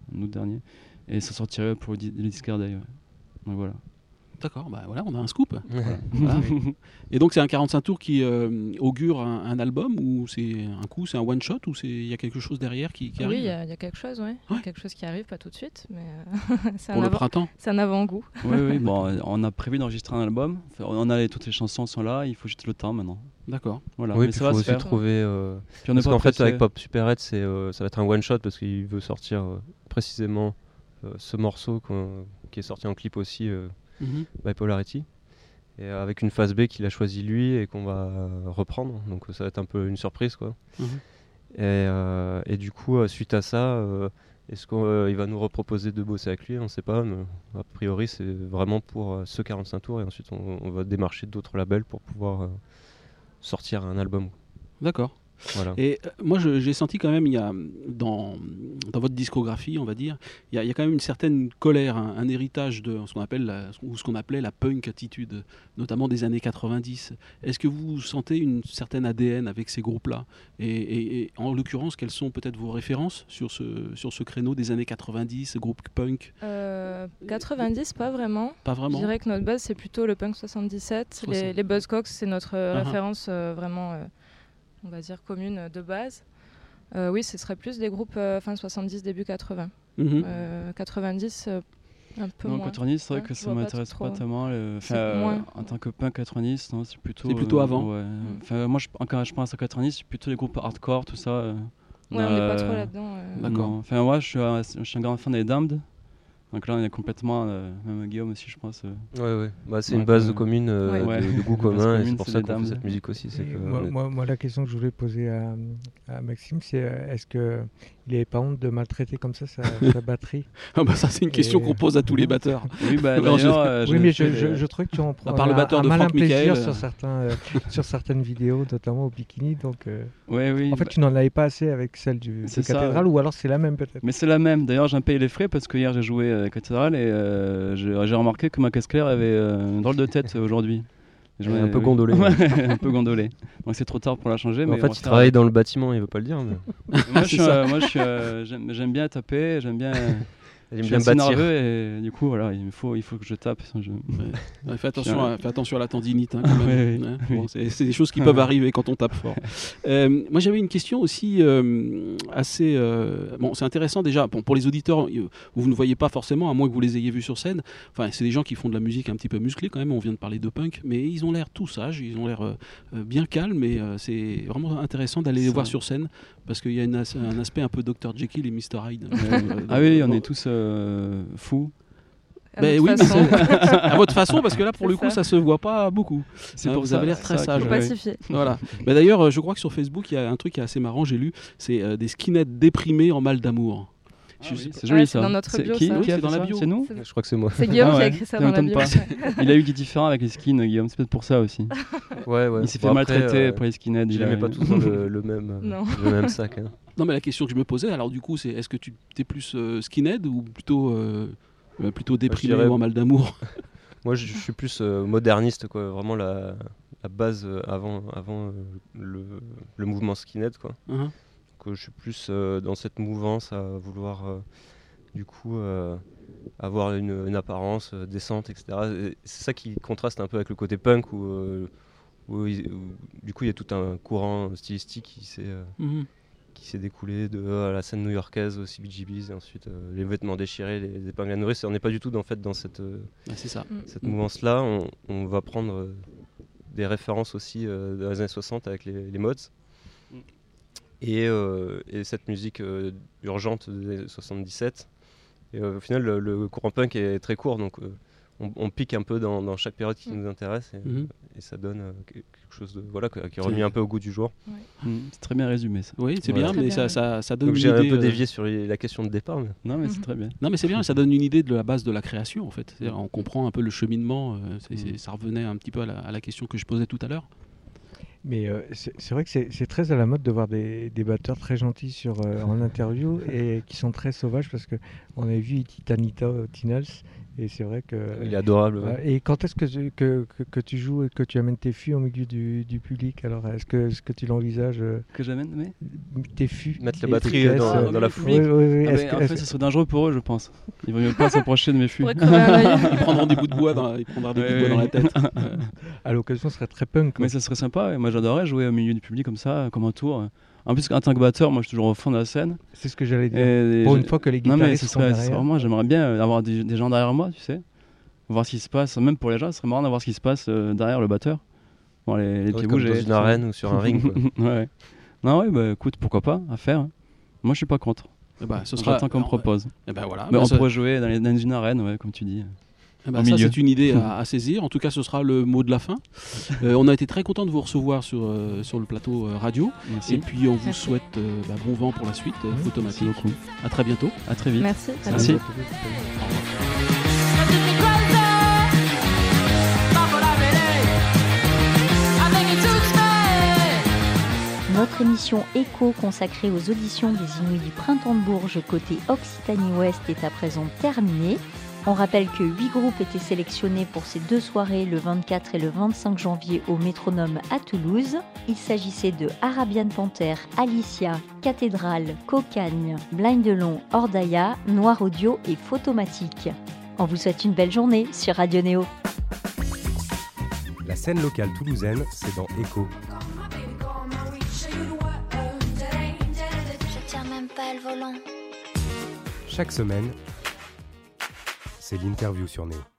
Et ça sortirait pour le Discard Day. Donc voilà. D'accord, voilà, on a un scoop. Voilà. Et donc c'est un 45 tours qui augure un album, ou c'est un one shot, ou il y a quelque chose derrière qui arrive? Oui, il y a quelque chose, quelque chose qui arrive, pas tout de suite, mais pour le printemps. C'est un avant-goût. Oui, bon, on a prévu d'enregistrer un album. Enfin, toutes les chansons sont là, il faut juste le temps maintenant. D'accord. Voilà. Oui, puis il faut aussi trouver. Parce qu'en fait, avec Pop Superette, ça va être un one shot, parce qu'il veut sortir précisément ce morceau qui est sorti en clip aussi. By Polarity. et avec une phase B qu'il a choisi lui et qu'on va reprendre. Donc ça va être un peu une surprise, quoi. Et du coup, suite à ça, est-ce qu'il va nous reproposer de bosser avec lui? On ne sait pas, mais a priori c'est vraiment pour ce 45 tours et ensuite on va démarcher d'autres labels pour pouvoir sortir un album. D'accord. Voilà. Et moi, j'ai senti quand même, il y a dans votre discographie, on va dire, il y a quand même une certaine colère, un héritage de ce qu'on appelait la punk attitude, notamment des années 90. Est-ce que vous sentez une certaine ADN avec ces groupes-là et en l'occurrence, quelles sont peut-être vos références sur ce créneau des années 90, groupe punk 90, pas vraiment. Pas vraiment. Je dirais que notre base, c'est plutôt le punk 77. Les Buzzcocks, c'est notre référence vraiment... on va dire commune de base. Oui, ce serait plus des groupes fin 70, début 80. 90, un peu moins. 90, c'est vrai que ça m'intéresse pas tellement. En tant que punk 90, non, c'est plutôt... C'est plutôt avant. Ouais. Moi, quand je pense à 90, c'est plutôt les groupes hardcore, tout ça. Ouais, on n'est pas trop là-dedans. D'accord. Enfin, moi, je suis un grand fan des Damned. Donc là, on est complètement, même Guillaume aussi, je pense. Ouais. Bah, c'est une base commune de goût commun, et c'est pour ça qu'on fait cette musique aussi. Moi, la question que je voulais poser à Maxime, c'est est-ce qu'il n'avait pas honte de maltraiter comme ça sa batterie? Ça, c'est une question qu'on pose à tous les batteurs. Oui, d'ailleurs, oui, mais je trouve que tu en prends le batteur de malin Franck plaisir Michael. sur certaines vidéos, notamment au bikini. Donc, oui, en fait, tu n'en avais pas assez avec celle de Cathédrale, ou alors c'est la même peut-être. Mais c'est la même. D'ailleurs, j'en paye les frais parce que hier j'ai joué Cathédrale et j'ai remarqué que ma caisse claire avait une drôle de tête aujourd'hui. Un peu gondolé. Un peu gondolé. Donc c'est trop tard pour la changer. En fait, il travaille dans le bâtiment, il veut pas le dire. Mais... moi, j'aime bien taper, j'aime bien bâtir. Et du coup, voilà, il faut que je tape. Fais attention à la tendinite. Quand même. Bon, c'est des choses qui peuvent arriver quand on tape fort. Moi, j'avais une question aussi assez... c'est intéressant déjà. Bon, pour les auditeurs, vous ne voyez pas forcément, à moins que vous les ayez vus sur scène. Enfin, c'est des gens qui font de la musique un petit peu musclée quand même. On vient de parler de punk. Mais ils ont l'air tout sages. Ils ont l'air bien calmes. Et c'est vraiment intéressant d'aller les voir sur scène. Parce qu'il y a un aspect un peu Dr Jekyll et Mr Hyde. Oui, on est tous fous. À votre façon, parce que là, pour le coup, ça se voit pas beaucoup. Vous avez l'air très sage. Voilà. D'ailleurs, je crois que sur Facebook, il y a un truc qui est assez marrant, j'ai lu, c'est des skinheads déprimés en mal d'amour. C'est joli ça. C'est dans notre bio, qui ça. C'est dans la bio. C'est nous. Je crois que c'est moi. C'est Guillaume qui a écrit ça dans la bio. Il a eu des différends avec les skins, Guillaume. C'est peut-être pour ça aussi. Ouais. Il s'est fait maltraiter pour les skinheads. Je les mets pas tous dans le même sac. Non, mais la question que je me posais, alors du coup, c'est est-ce que tu es plus skinhead ou plutôt déprimé ou en mal d'amour? Moi, je suis plus moderniste, quoi. Vraiment la base avant le mouvement skinhead, quoi. Je suis plus dans cette mouvance à vouloir du coup avoir une apparence décente, etc. Et c'est ça qui contraste un peu avec le côté punk où du coup il y a tout un courant stylistique qui s'est découlé de la scène new-yorkaise au CBGBs et ensuite les vêtements déchirés, les épingles à nourrice. On n'est pas du tout dans cette mouvance-là. On va prendre des références aussi dans les années 60 avec les mods. Et cette musique urgente des 77. Et au final, le courant punk est très court, donc on pique un peu dans chaque période qui nous intéresse, et ça donne quelque chose qui est remis un peu au goût du jour. C'est très bien résumé ça. Oui, c'est bien, mais ça donne donc une j'ai idée... un peu dévié sur la question de départ. Mais... Non, mais c'est très bien. Non, mais c'est bien, ça donne une idée de la base de la création, en fait. C'est-à-dire, on comprend un peu le cheminement, ça revenait un petit peu à la question que je posais tout à l'heure. Mais c'est vrai que c'est très à la mode de voir des batteurs très gentils en interview et qui sont très sauvages, parce qu'on avait vu Titanita Tinals et c'est vrai que... Il est adorable. Ouais. Et quand est-ce que tu joues et que tu amènes tes fûts au milieu du public? Alors est-ce que tu l'envisages que j'amène tes fûts? Mettre la batterie dans la foule. Oui. En fait, ce serait dangereux pour eux, je pense. Ils vont mieux pas s'approcher de mes fûts. Ils prendront des bouts de bois dans la tête. À l'occasion, ce serait très punk. Mais ça serait sympa. Moi, j'adorerais jouer au milieu du public comme ça, comme un tour. En plus, en tant que batteur, moi je suis toujours au fond de la scène. C'est ce que j'allais dire. Pour une fois que les guitaristes sont derrière. Moi, j'aimerais bien avoir des gens derrière moi, tu sais. Voir ce qui se passe. Même pour les gens, ce serait marrant d'avoir ce qui se passe derrière le batteur. Bon, les pieds bougés. Dans une arène ou sur un ring. Ouais. Non, écoute, pourquoi pas, à faire. Moi, je suis pas contre. Ce sera tant qu'on me propose. Voilà. Mais on pourrait jouer dans une arène, comme tu dis. Ça, c'est une idée à saisir. En tout cas, ce sera le mot de la fin. On a été très content de vous recevoir sur le plateau radio. Merci. Et puis, on vous souhaite bon vent pour la suite. Photomatique. Merci beaucoup. À très bientôt. À très vite. Merci. Merci. Notre émission Écho consacrée aux auditions des Inuits du Printemps de Bourges côté Occitanie-Ouest est à présent terminée. On rappelle que 8 groupes étaient sélectionnés pour ces 2 soirées le 24 et le 25 janvier au Métronome à Toulouse. Il s'agissait de Arabian Panther, Alicia, Cathédrale, Cocagne, Blind Delon, Ordaya, Noir Audio et Photomatique. On vous souhaite une belle journée sur Radio Néo. La scène locale toulousaine, c'est dans Écho. Je tiens même pas le volant. Chaque semaine, c'est l'interview sur Néo.